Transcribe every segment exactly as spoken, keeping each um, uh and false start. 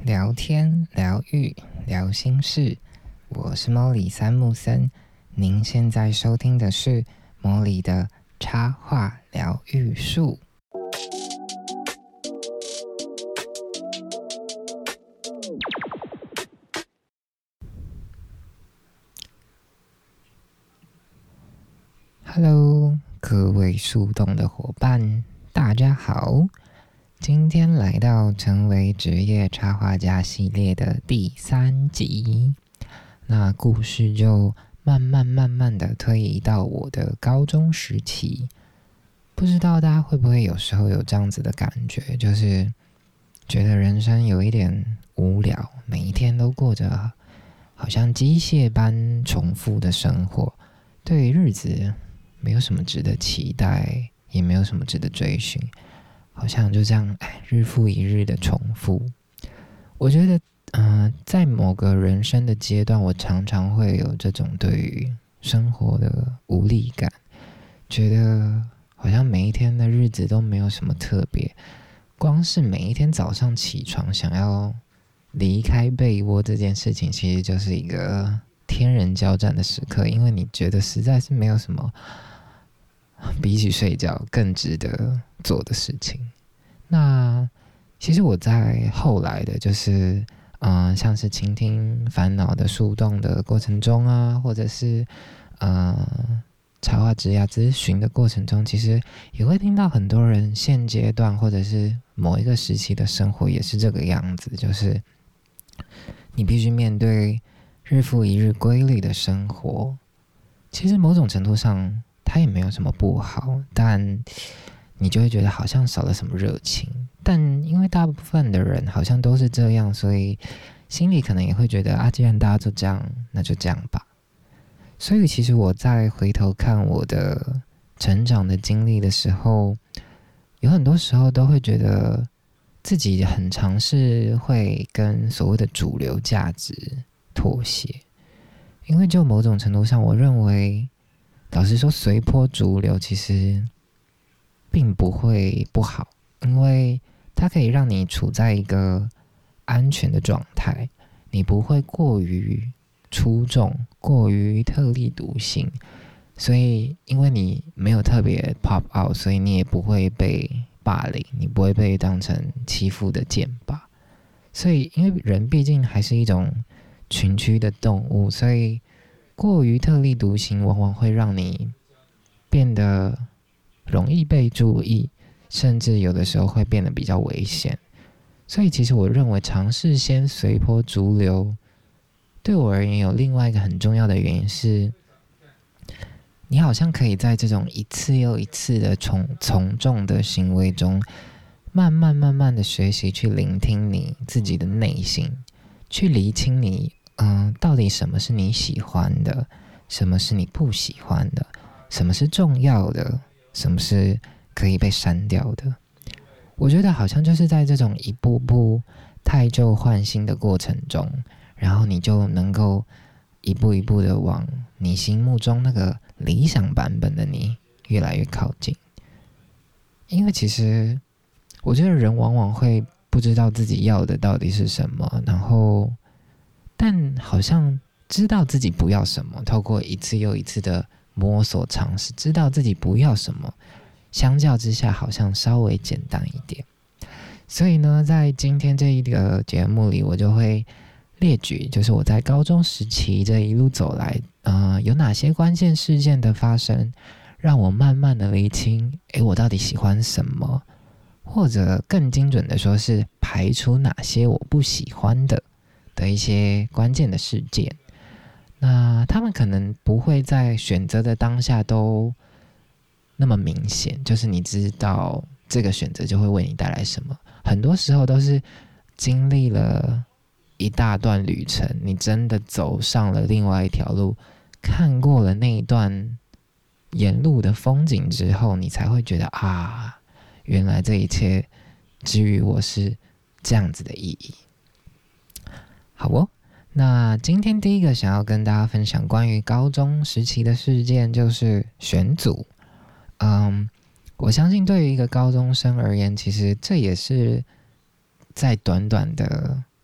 聊天、疗愈、聊心事，我是莫里三木森。您现在收听的是莫里的插画疗愈术。Hello， 各位树洞的伙伴，大家好。今天来到成为职业插画家系列的第三集，那故事就慢慢慢慢的推移到我的高中时期。不知道大家会不会有时候有这样子的感觉，就是觉得人生有一点无聊，每一天都过着好像机械般重复的生活，对于日子没有什么值得期待，也没有什么值得追寻，好像就这样日复一日的重复。我觉得呃，在某个人生的阶段，我常常会有这种对于生活的无力感，觉得好像每一天的日子都没有什么特别，光是每一天早上起床想要离开被窝这件事情，其实就是一个天人交战的时刻，因为你觉得实在是没有什么比起睡觉更值得做的事情。那其实我在后来的就是呃，像是倾听烦恼的树洞的过程中啊，或者是呃插画职涯咨询的过程中，其实也会听到很多人现阶段或者是某一个时期的生活也是这个样子，就是你必须面对日复一日规律的生活。其实某种程度上它也没有什么不好，但你就会觉得好像少了什么热情。但因为大部分的人好像都是这样，所以心里可能也会觉得啊，既然大家都这样，那就这样吧。所以其实我在回头看我的成长的经历的时候，有很多时候都会觉得自己很常是会跟所谓的主流价值妥协。因为就某种程度上，我认为老实说随波逐流其实并不会不好，因为它可以让你处在一个安全的状态，你不会过于出众，过于特立独行，所以因为你没有特别 pop out， 所以你也不会被霸凌，你不会被当成欺负的箭靶。所以因为人毕竟还是一种群居的动物，所以过于特立独行往往会让你变得容易被注意，甚至有的时候会变得比较危险。所以其实我认为尝试先随波逐流，对我而言有另外一个很重要的原因是，你好像可以在这种一次又一次的从从众的行为中，慢慢慢慢的学习去聆听你自己的内心，去厘清你嗯，到底什么是你喜欢的，什么是你不喜欢的，什么是重要的，什么是可以被删掉的。我觉得好像就是在这种一步步汰旧换新的过程中，然后你就能够一步一步的往你心目中那个理想版本的你越来越靠近。因为其实我觉得人往往会不知道自己要的到底是什么，然后但好像知道自己不要什么，透过一次又一次的摸索尝试，知道自己不要什么，相较之下好像稍微简单一点。所以呢，在今天这一个节目里，我就会列举，就是我在高中时期这一路走来，呃，有哪些关键事件的发生，让我慢慢的厘清，诶，我到底喜欢什么，或者更精准的说是排除哪些我不喜欢的的一些关键的事件。那他们可能不会在选择的当下都那么明显，就是你知道这个选择就会为你带来什么，很多时候都是经历了一大段旅程，你真的走上了另外一条路，看过了那一段沿路的风景之后，你才会觉得啊，原来这一切之于我是这样子的意义。好哦，那今天第一个想要跟大家分享关于高中时期的事件就是选组。嗯，我相信对于一个高中生而言，其实这也是在短短的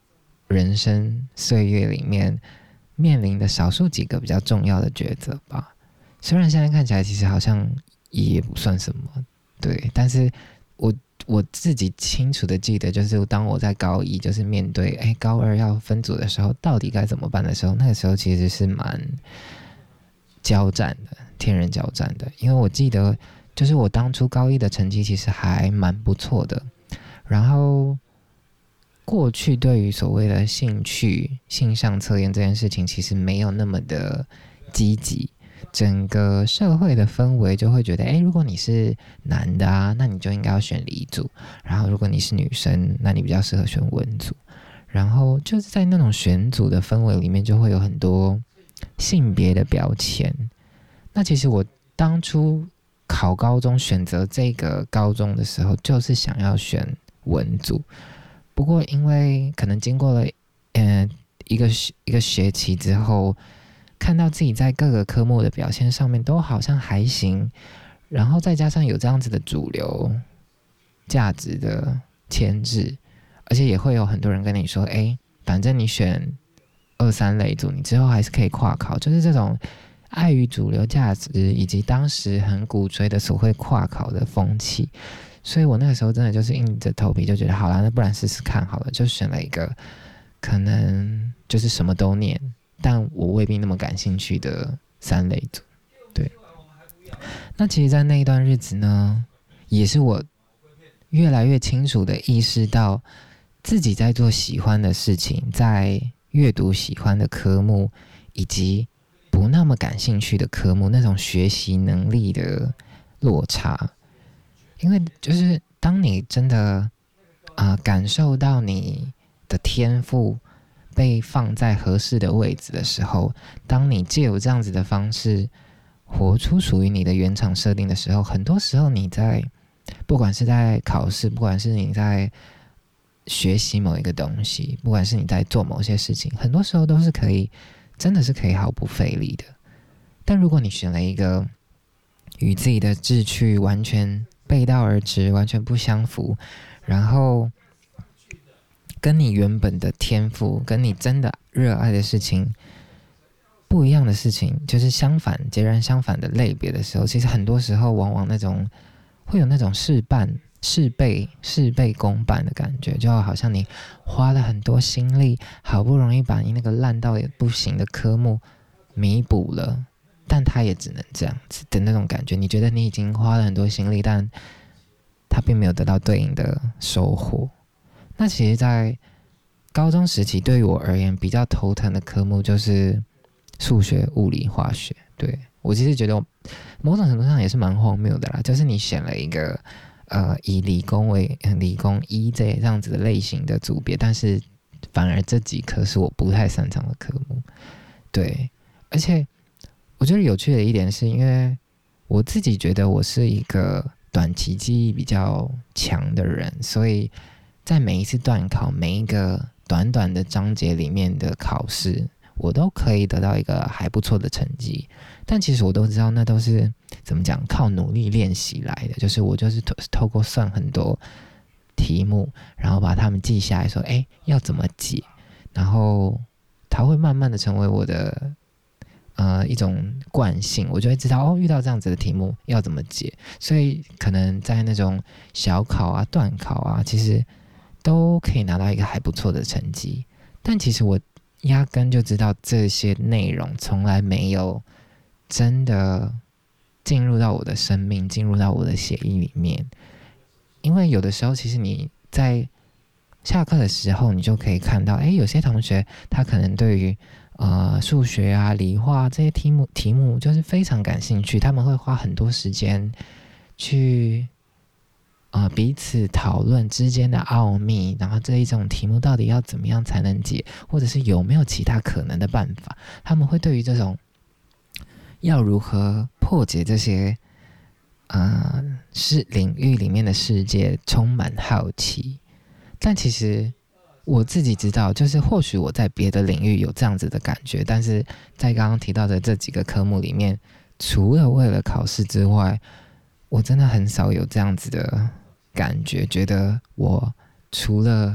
人生岁月里面面临的少数几个比较重要的抉择吧。虽然现在看起来其实好像也不算什么，对，但是我我自己清楚的记得，就是当我在高一就是面对哎高二要分组的时候，到底该怎么办的时候，那个时候其实是蛮交战的，天人交战的。因为我记得就是我当初高一的成绩其实还蛮不错的，然后过去对于所谓的兴趣性向测验这件事情其实没有那么的积极，整个社会的氛围就会觉得，哎，如果你是男的啊，那你就应该要选理组，然后如果你是女生，那你比较适合选文组，然后就是在那种选组的氛围里面就会有很多性别的标签。那其实我当初考高中选择这个高中的时候就是想要选文组，不过因为可能经过了呃一个一个学期之后，看到自己在各个科目的表现上面都好像还行，然后再加上有这样子的主流价值的牵制，而且也会有很多人跟你说，哎，反正你选二三类组，你之后还是可以跨考，就是这种碍于主流价值以及当时很鼓吹的所谓跨考的风气，所以我那个时候真的就是硬着头皮就觉得，好啦，那不然试试看好了，就选了一个可能就是什么都念，但我未必那么感兴趣的三类组。对，那其实在那一段日子呢，也是我越来越清楚的意识到自己在做喜欢的事情，在阅读喜欢的科目以及不那么感兴趣的科目，那种学习能力的落差。因为就是当你真的啊、呃、感受到你的天赋被放在合适的位置的时候，当你借由这样子的方式活出属于你的原厂设定的时候，很多时候你在不管是在考试，不管是你在学习某一个东西，不管是你在做某些事情，很多时候都是可以真的是可以毫不费力的。但如果你选了一个与自己的志趣完全背道而驰，完全不相符，然后跟你原本的天赋，跟你真的热爱的事情不一样的事情，就是相反截然相反的类别的时候，其实很多时候往往那种会有那种事半事倍事倍功半的感觉，就好像你花了很多心力，好不容易把你那个烂到也不行的科目弥补了，但它也只能这样子的那种感觉。你觉得你已经花了很多心力，但它并没有得到对应的收获。那其实在高中时期对于我而言比较头疼的科目就是数学、物理、化学。对，我其实觉得某种程度上也是蛮荒谬的啦，就是你选了一个呃以理工为理工一这样子的类型的组别，但是反而这几科是我不太擅长的科目。对，而且我觉得有趣的一点是，因为我自己觉得我是一个短期记忆比较强的人，所以在每一次段考，每一个短短的章节里面的考试，我都可以得到一个还不错的成绩。但其实我都知道，那都是怎么讲，靠努力练习来的。就是我就是透过算很多题目，然后把它们记下来，说，哎，要怎么解，然后它会慢慢的成为我的呃一种惯性，我就会知道哦，遇到这样子的题目要怎么解。所以可能在那种小考啊、段考啊，其实都可以拿到一个还不错的成绩。但其实我压根就知道这些内容从来没有真的进入到我的生命，进入到我的血液里面。因为有的时候其实你在下课的时候，你就可以看到，哎，有些同学他可能对于呃数学啊、理化这些题目题目就是非常感兴趣，他们会花很多时间去呃彼此讨论之间的奥秘，然后这一种题目到底要怎么样才能解，或者是有没有其他可能的办法，他们会对于这种要如何破解这些呃是领域里面的世界充满好奇。但其实我自己知道，就是或许我在别的领域有这样子的感觉，但是在刚刚提到的这几个科目里面，除了为了考试之外，我真的很少有这样子的感觉，觉得我除了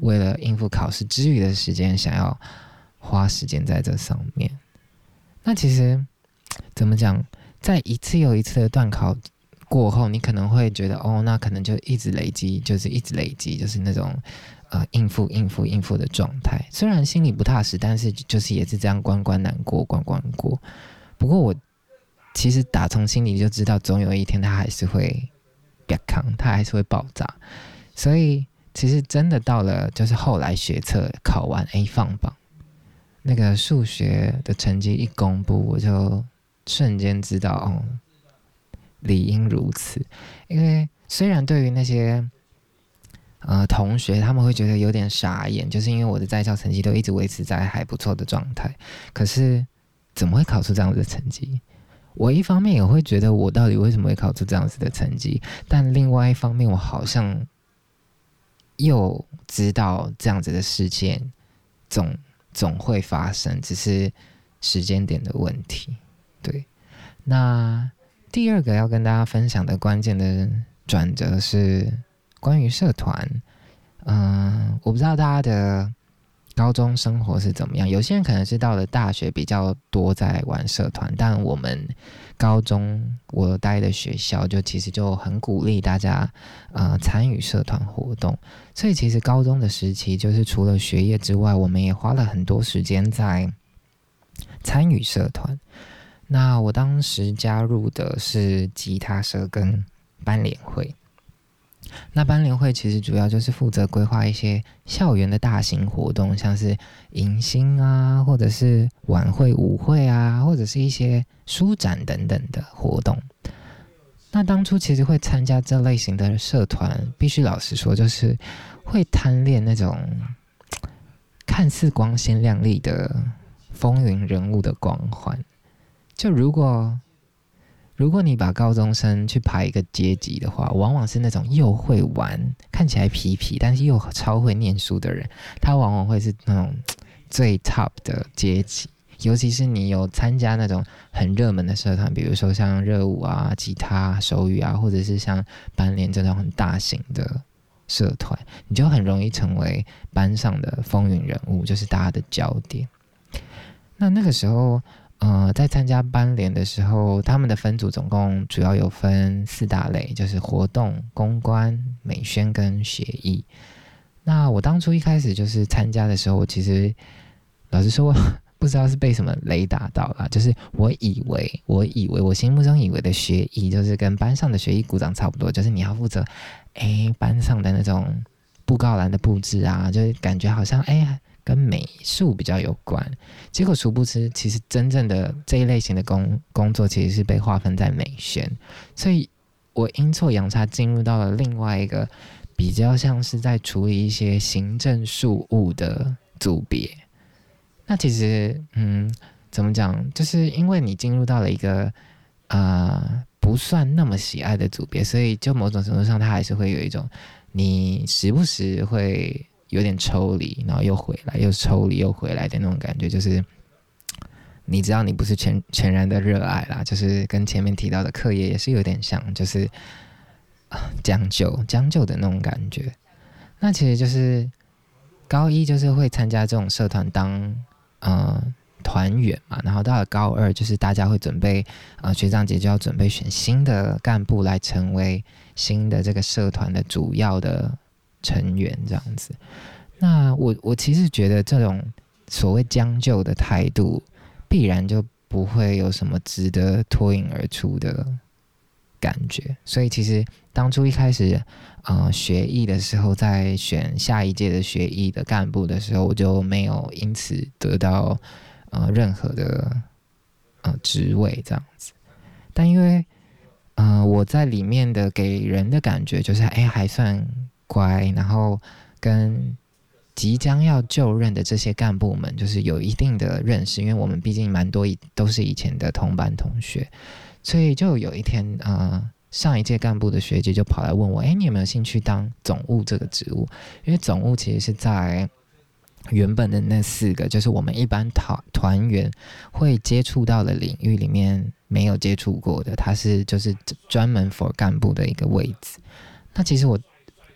为了应付考试之余的时间，想要花时间在这上面。那其实怎么讲，在一次又一次的段考过后，你可能会觉得哦，那可能就一直累积，就是一直累积，就是那种呃应付应付应付的状态。虽然心里不踏实，但是就是也是这样关关难过关关过。不过我其实打从心里就知道，总有一天它还是会别扛，它还是会爆炸。所以其实真的到了就是后来学测考完 A 放榜，那个数学的成绩一公布，我就瞬间知道哦。理应如此，因为虽然对于那些呃同学，他们会觉得有点傻眼，就是因为我的在校成绩都一直维持在还不错的状态，可是怎么会考出这样子的成绩？我一方面也会觉得我到底为什么会考出这样子的成绩，但另外一方面我好像又知道这样子的事件总总会发生，只是时间点的问题。对，那第二个要跟大家分享的关键的转折是关于社团。嗯，我不知道大家的高中生活是怎么样，有些人可能是到了大学比较多在玩社团，但我们高中我待的学校就其实就很鼓励大家呃参与社团活动，所以其实高中的时期就是除了学业之外，我们也花了很多时间在参与社团。那我当时加入的是吉他社跟班联会。那班联会其实主要就是负责规划一些校园的大型活动，像是迎新啊，或者是晚会、舞会啊，或者是一些书展等等的活动。那当初其实会参加这类型的社团，必须老实说，就是会贪恋那种看似光鲜亮丽的风云人物的光环。就如果如果你把高中生去排一个阶级的话，往往是那种又会玩、看起来痞痞，但是又超会念书的人，他往往会是那种最 top 的阶级。尤其是你有参加那种很热门的社团，比如说像热舞啊、吉他、手语啊，或者是像班联这种很大型的社团，你就很容易成为班上的风云人物，就是大家的焦点。那那个时候呃，在参加班联的时候，他们的分组总共主要有分四大类，就是活动、公关、美宣跟协议。那我当初一开始就是参加的时候，我其实老实说不知道是被什么雷打到啦，就是我以为我以为我心目中以为的学艺就是跟班上的学艺股长差不多，就是你要负责哎班上的那种布告栏的布置啊，就是感觉好像哎跟美术比较有关，结果殊不知，其实真正的这一类型的工工作其实是被划分在美宣，所以我阴错阳差进入到了另外一个比较像是在处理一些行政事务的组别。那其实，嗯，怎么讲？就是因为你进入到了一个呃不算那么喜爱的组别，所以就某种程度上，它还是会有一种你时不时会有点抽离，然后又回来，又抽离又回来的那种感觉，就是你知道你不是全全然的热爱啦，就是跟前面提到的课业也是有点像，就是、呃、将就将就的那种感觉。那其实就是高一就是会参加这种社团当呃团员嘛，然后到了高二就是大家会准备呃学长姐就要准备选新的干部来成为新的这个社团的主要的成员这样子。那我我其实觉得这种所谓将就的态度，必然就不会有什么值得脱颖而出的感觉。所以其实当初一开始呃学艺的时候，在选下一届的学艺的干部的时候，我就没有因此得到呃任何的呃职位这样子。但因为呃我在里面的给人的感觉就是哎还算乖，然后跟即将要就任的这些干部们就是有一定的认识，因为我们毕竟蛮多都是以前的同班同学，所以就有一天呃上一届干部的学姐就跑来问我，哎，你有没有兴趣当总务这个职务？因为总务其实是在原本的那四个就是我们一般团团员会接触到的领域里面没有接触过的，它是就是专门 for 干部的一个位置。那其实我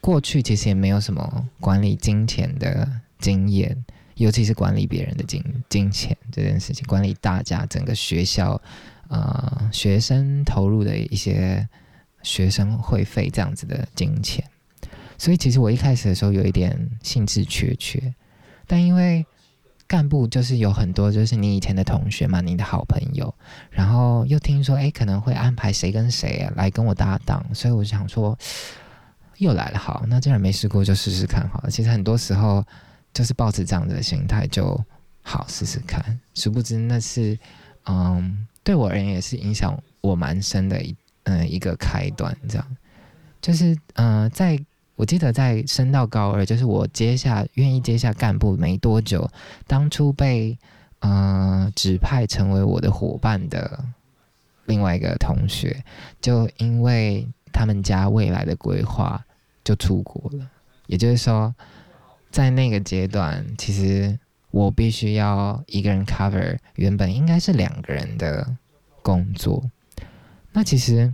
过去其实也没有什么管理金钱的经验，尤其是管理别人的金金钱这件事情，管理大家整个学校呃学生投入的一些学生会费这样子的金钱。所以其实我一开始的时候有一点兴致缺缺，但因为干部就是有很多就是你以前的同学嘛，你的好朋友，然后又听说哎可能会安排谁跟谁、啊、来跟我搭档，所以我想说又来了，好，那既然没试过就试试看好了。其实很多时候就是抱持这样的心态就好试试看，殊不知那是嗯对我而言也是影响我蛮深的一嗯一个开端，这样就是呃在。我记得在升到高二，就是我接下愿意接下干部没多久，当初被呃指派成为我的伙伴的另外一个同学，就因为他们家未来的规划就出国了。也就是说，在那个阶段，其实我必须要一个人 cover 原本应该是两个人的工作。那其实。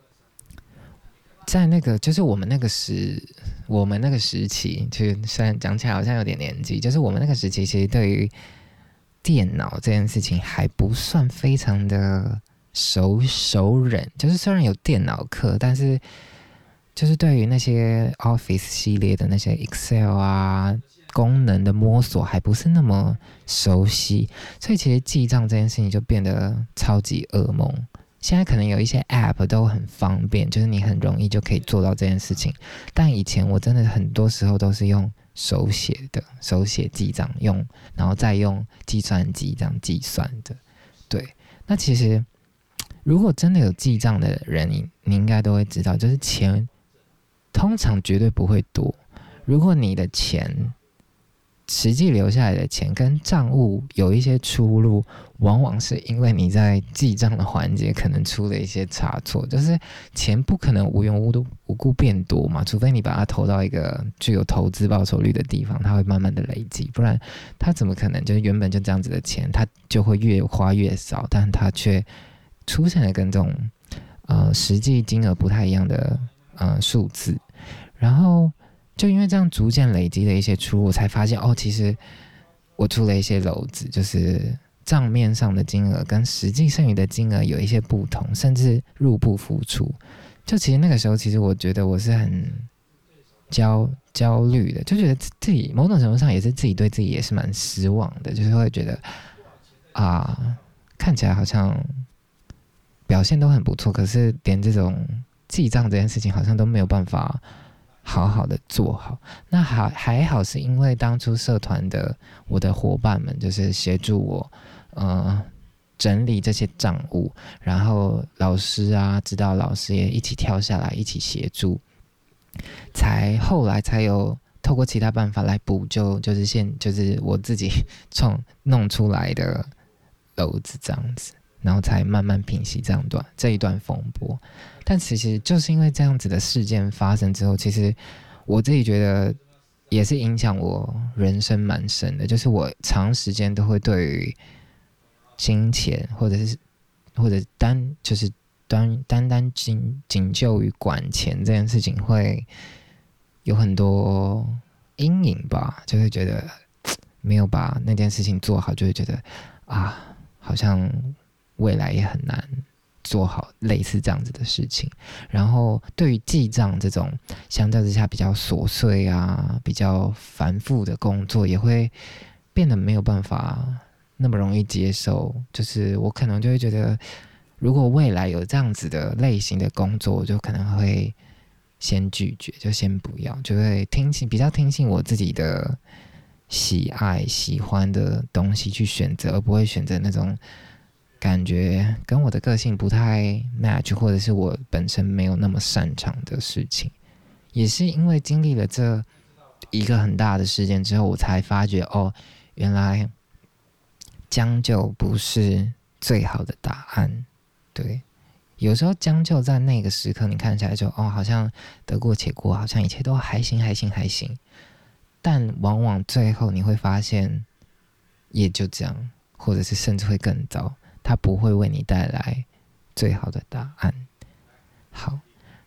在那个就是我们那个时，我们那个时期，就虽然讲起来好像有点年纪，就是我们那个时期，其实对于电脑这件事情还不算非常的熟熟稔。就是虽然有电脑课，但是就是对于那些 Office 系列的那些 Excel 啊功能的摸索，还不是那么熟悉，所以其实记账这件事情就变得超级噩梦。现在可能有一些 App 都很方便，就是你很容易就可以做到这件事情。但以前我真的很多时候都是用手写的，手写记账用，然后再用计算机这样计算的。对，那其实如果真的有记账的人，你你应该都会知道，就是钱通常绝对不会多。如果你的钱实际留下来的钱跟账务有一些出入，往往是因为你在记账的环节可能出了一些差错。就是钱不可能无缘无故变多嘛，除非你把它投到一个具有投资报酬率的地方，它会慢慢的累积，不然它怎么可能就是原本就这样子的钱，它就会越花越少，但它却出现了跟这种呃实际金额不太一样的呃数字，然后就因为这样逐渐累积的一些出入，我才发现哦，其实我出了一些篓子，就是账面上的金额跟实际剩余的金额有一些不同，甚至入不敷出。就其实那个时候，其实我觉得我是很焦焦虑的，就觉得自己某种程度上也是自己对自己也是蛮失望的，就是会觉得啊，看起来好像表现都很不错，可是连这种记账这件事情好像都没有办法好好的做好。那还还好是因为当初社团的我的伙伴们就是协助我呃整理这些账务，然后老师啊指导老师也一起跳下来一起协助，才后来才有透过其他办法来补救，就是现就是我自己创弄出来的篓子这样子，然后才慢慢平息这样段这一段风波。但其实就是因为这样子的事件发生之后，其实我自己觉得也是影响我人生蛮深的，就是我长时间都会对于金钱或者是或者单就是单单单仅仅就于管钱这件事情会有很多阴影吧，就会觉得没有把那件事情做好，就会觉得啊，好像未来也很难做好类似这样子的事情。然后对于记账这种相较之下比较琐碎啊比较繁复的工作，也会变得没有办法那么容易接受。就是我可能就会觉得，如果未来有这样子的类型的工作，我就可能会先拒绝，就先不要，就会听信比较听信我自己的喜爱喜欢的东西去选择，而不会选择那种感觉跟我的个性不太 match， 或者是我本身没有那么擅长的事情。也是因为经历了这一个很大的事件之后，我才发觉哦，原来将就不是最好的答案。对，有时候将就在那个时刻，你看起来就哦，好像得过且过，好像一切都还行还行还行，但往往最后你会发现也就这样，或者是甚至会更糟，它不会为你带来最好的答案。好，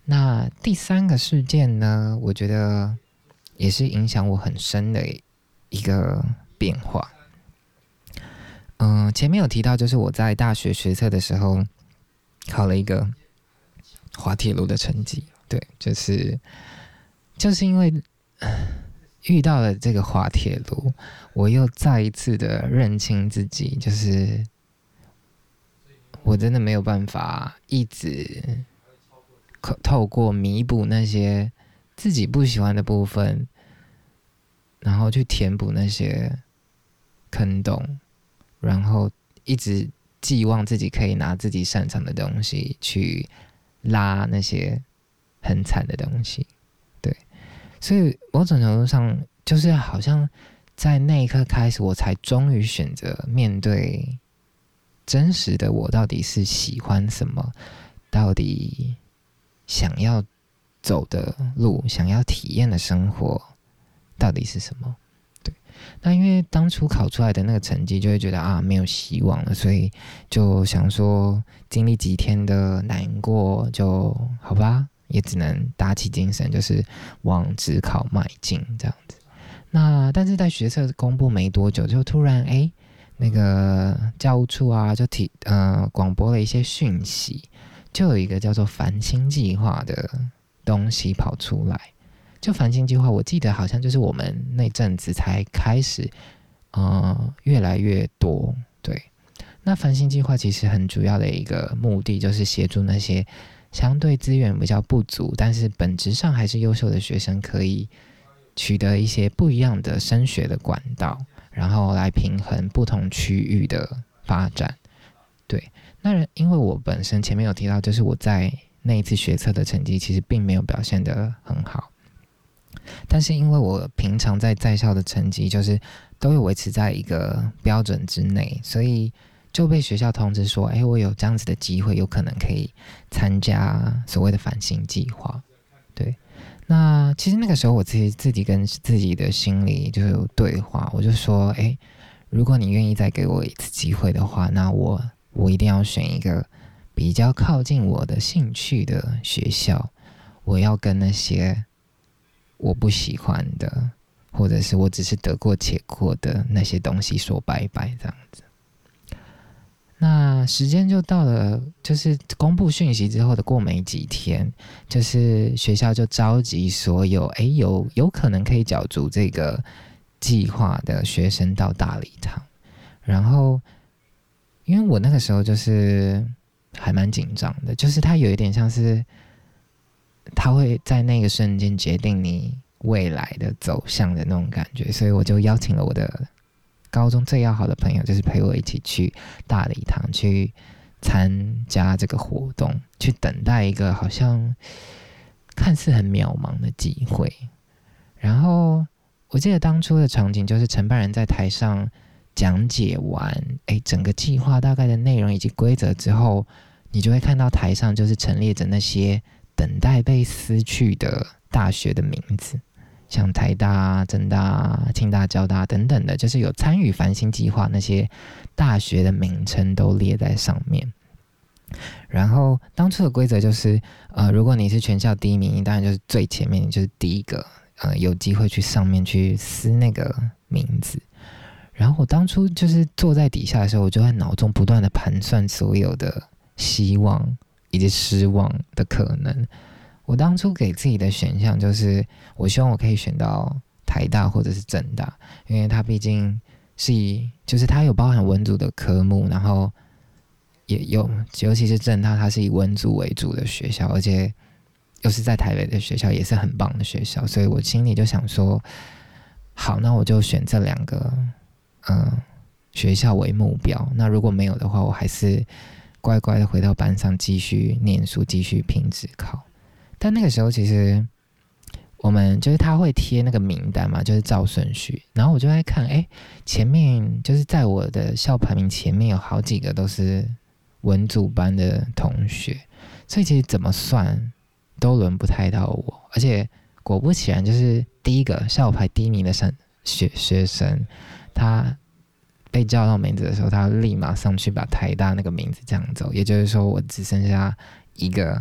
那第三个事件呢，我觉得也是影响我很深的一个变化。嗯、呃，前面有提到，就是我在大学学测的时候考了一个滑铁卢的成绩，对，就是就是因为遇到了这个滑铁卢，我又再一次的认清自己，就是我真的没有办法一直透过弥补那些自己不喜欢的部分，然后去填补那些坑洞，然后一直寄望自己可以拿自己擅长的东西去拉那些很惨的东西。对，所以某种程度上就是好像在那一刻开始，我才终于选择面对真实的我到底是喜欢什么，到底想要走的路，想要体验的生活到底是什么。对，那因为当初考出来的那个成绩就会觉得啊没有希望了，所以就想说经历几天的难过就好吧，也只能打起精神，就是往指考迈进这样子。那但是在学测公布没多久，就突然哎，那个教务处啊就提呃广播了一些讯息，就有一个叫做繁星计划的东西跑出来。就繁星计划，我记得好像就是我们那阵子才开始，呃，越来越多。对，那繁星计划其实很主要的一个目的，就是协助那些相对资源比较不足，但是本质上还是优秀的学生，可以取得一些不一样的升学的管道，然后来平衡不同区域的发展。对，那因为我本身前面有提到，就是我在那一次学测的成绩其实并没有表现得很好。但是因为我平常在在校的成绩就是都有维持在一个标准之内，所以就被学校通知说，哎，我有这样子的机会，有可能可以参加所谓的繁星计划。对，那其实那个时候我自己自己跟自己的心里就有对话，我就说，哎，如果你愿意再给我一次机会的话，那我我一定要选一个比较靠近我的兴趣的学校，我要跟那些我不喜欢的，或者是我只是得过且过的那些东西说拜拜，这样子。那时间就到了，就是公布讯息之后的过没几天，就是学校就召集所有哎有有可能可以角逐这个计划的学生到大礼堂，然后因为我那个时候就是还蛮紧张的，就是它有一点像是他会在那个瞬间决定你未来的走向的那种感觉，所以我就邀请了我的高中最要好的朋友，就是陪我一起去大礼堂去参加这个活动，去等待一个好像看似很渺茫的机会。然后我记得当初的场景就是承办人在台上讲解完诶整个计划大概的内容以及规则之后，你就会看到台上就是陈列着那些等待被撕去的大学的名字，像台大、政大、清大、交大等等的，就是有参与繁星计划那些大学的名称都列在上面。然后当初的规则就是，呃，如果你是全校第一名，当然就是最前面，就是第一个，呃，有机会去上面去撕那个名字。然后我当初就是坐在底下的时候，我就在脑中不断的盘算所有的希望以及失望的可能。我当初给自己的选项就是，我希望我可以选到台大或者是政大，因为它毕竟是以，就是它有包含文组的科目，然后也有，尤其是政大，它是以文组为主的学校，而且又是在台北的学校，也是很棒的学校，所以我心里就想说，好，那我就选这两个，嗯，学校为目标。那如果没有的话，我还是乖乖的回到班上继续念书，继续拼指考。但那个时候其实我们就是他会贴那个名单嘛，就是照顺序，然后我就在看，哎，前面就是在我的校排名前面有好几个都是文组班的同学，所以其实怎么算都轮不太到我，而且果不其然，就是第一个校排第一名的学学生，他被叫到名字的时候，他立马上去把台大那个名字抢走，也就是说我只剩下一个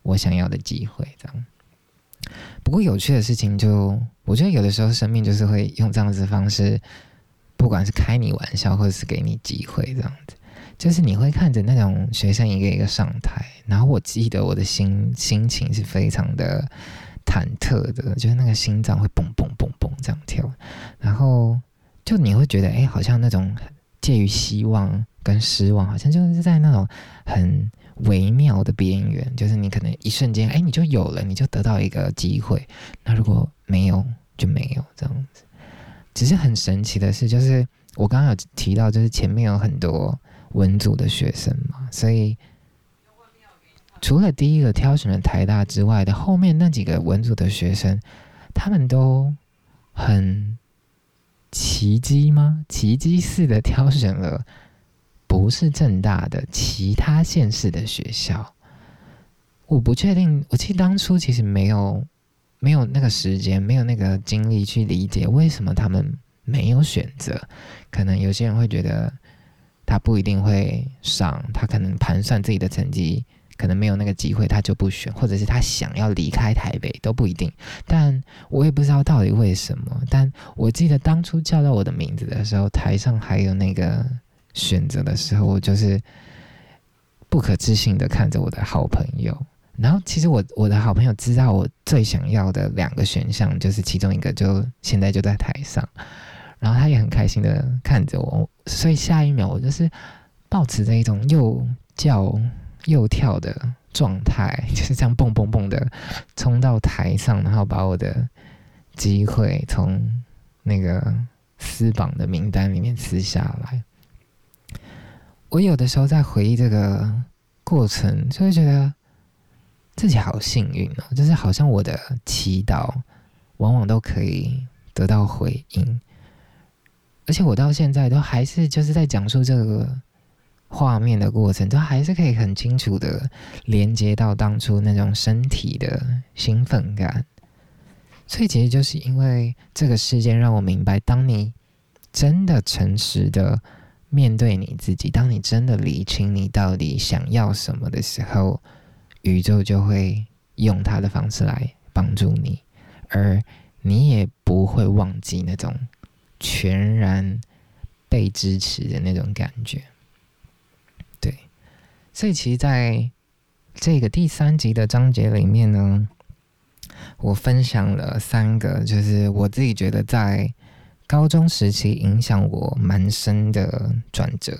我想要的机会这样。不过有趣的事情就，我觉得有的时候生命就是会用这样子的方式，不管是开你玩笑或者是给你机会这样子，就是你会看着那种学生一个一个上台，然后我记得我的心心情是非常的忐忑的，就是那个心脏会蹦蹦蹦蹦这样跳，然后就你会觉得，哎，好像那种介于希望跟失望，好像就是在那种很微妙的边缘，就是你可能一瞬间，哎，你就有了，你就得到一个机会，那如果没有就没有这样子。只是很神奇的是，就是我刚刚有提到，就是前面有很多文组的学生嘛，所以除了第一个挑选了台大之外的后面那几个文组的学生，他们都很奇迹吗？奇迹似的挑选了不是政大的其他县市的学校。我不确定，我记得当初其实没有没有那个时间，没有那个精力去理解为什么他们没有选择。可能有些人会觉得他不一定会上，他可能盘算自己的成绩，可能没有那个机会，他就不选，或者是他想要离开台北都不一定。但我也不知道到底为什么。但我记得当初叫到我的名字的时候，台上还有那个选择的时候，我就是不可置信的看着我的好朋友。然后其实我我的好朋友知道我最想要的两个选项，就是其中一个就现在就在台上，然后他也很开心的看着我，所以下一秒我就是抱持着一种又叫又跳的状态，就是这样蹦蹦蹦的冲到台上，然后把我的机会从那个撕榜的名单里面撕下来。我有的时候在回忆这个过程，就会觉得自己好幸运哦，就是好像我的祈祷往往都可以得到回应，而且我到现在都还是就是在讲述这个画面的过程，都还是可以很清楚的连接到当初那种身体的兴奋感。所以其实就是因为这个事件让我明白，当你真的诚实的面对你自己，当你真的理清你到底想要什么的时候，宇宙就会用它的方式来帮助你，而你也不会忘记那种全然被支持的那种感觉。对，所以其实在这个第三集的章节里面呢，我分享了三个就是我自己觉得在高中时期影响我蛮深的转折。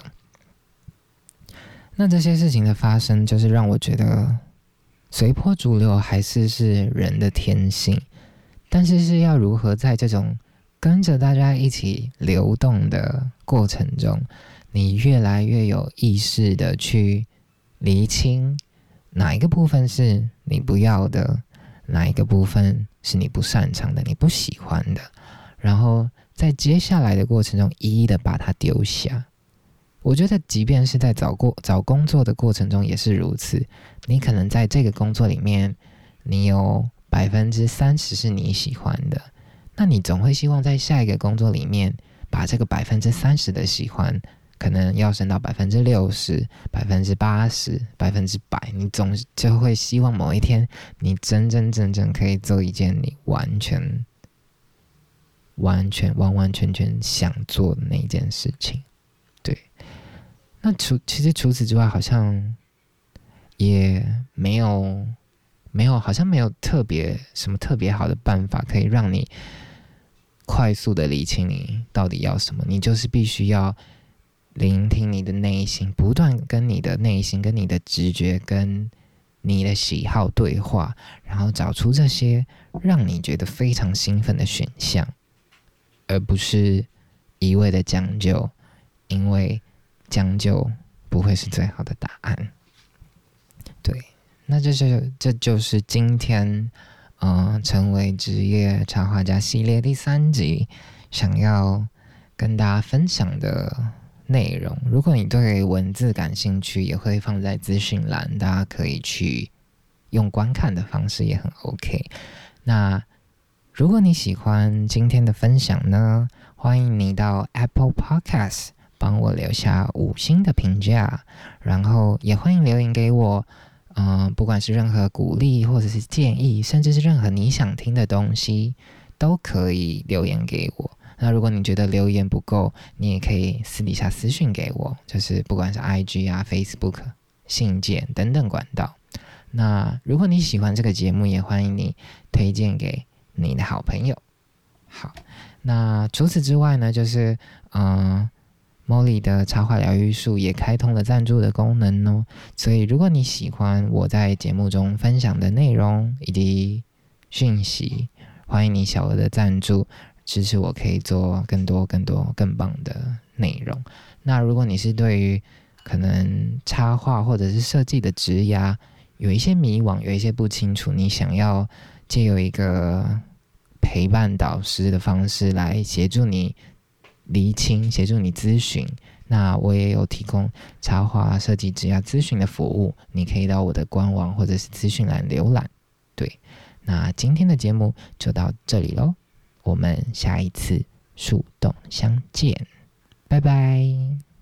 那这些事情的发生，就是让我觉得随波逐流还是是人的天性，但是是要如何在这种跟着大家一起流动的过程中，你越来越有意识的去厘清哪一个部分是你不要的，哪一个部分是你不擅长的，你不喜欢的，然后在接下来的过程中一一的把它丢下。我觉得即便是在找过找工作的过程中也是如此，你可能在这个工作里面你有百分之三十是你喜欢的，那你总会希望在下一个工作里面把这个百分之三十的喜欢可能要升到百分之六十、百分之八十、百分之百，你总就会希望某一天你真真正正可以做一件你完全完全完完全全想做的那一件事情。对，那除其实除此之外，好像也没有没有，好像没有特别什么特别好的办法可以让你快速的理清你到底要什么。你就是必须要聆听你的内心，不断跟你的内心、跟你的直觉、跟你的喜好对话，然后找出这些让你觉得非常兴奋的选项，而不是一味的将就，因为将就不会是最好的答案。对，那这就这就是今天呃成为职业插画家系列第三集想要跟大家分享的内容。如果你对文字感兴趣，也会放在资讯栏，大家可以去用观看的方式也很 OK。 那如果你喜欢今天的分享呢，欢迎你到 Apple Podcast 帮我留下五星的评价，然后也欢迎留言给我嗯、呃，不管是任何鼓励或者是建议，甚至是任何你想听的东西，都可以留言给我。那如果你觉得留言不够，你也可以私底下私讯给我，就是不管是 I G 啊、Facebook、信件等等管道。那如果你喜欢这个节目，也欢迎你推荐给你的好朋友。好，那除此之外呢，就是嗯。Molly 的插画疗愈术也开通了赞助的功能哦，所以如果你喜欢我在节目中分享的内容以及讯息，欢迎你小额的赞助，支持我可以做更多更多更棒的内容。那如果你是对于可能插画或者是设计的职涯有一些迷惘，有一些不清楚，你想要借由一个陪伴导师的方式来协助你厘清，协助你咨询，那我也有提供插画设计职涯咨询的服务，你可以到我的官网或者是资讯栏浏览。对，那今天的节目就到这里咯，我们下一次树洞相见，拜拜。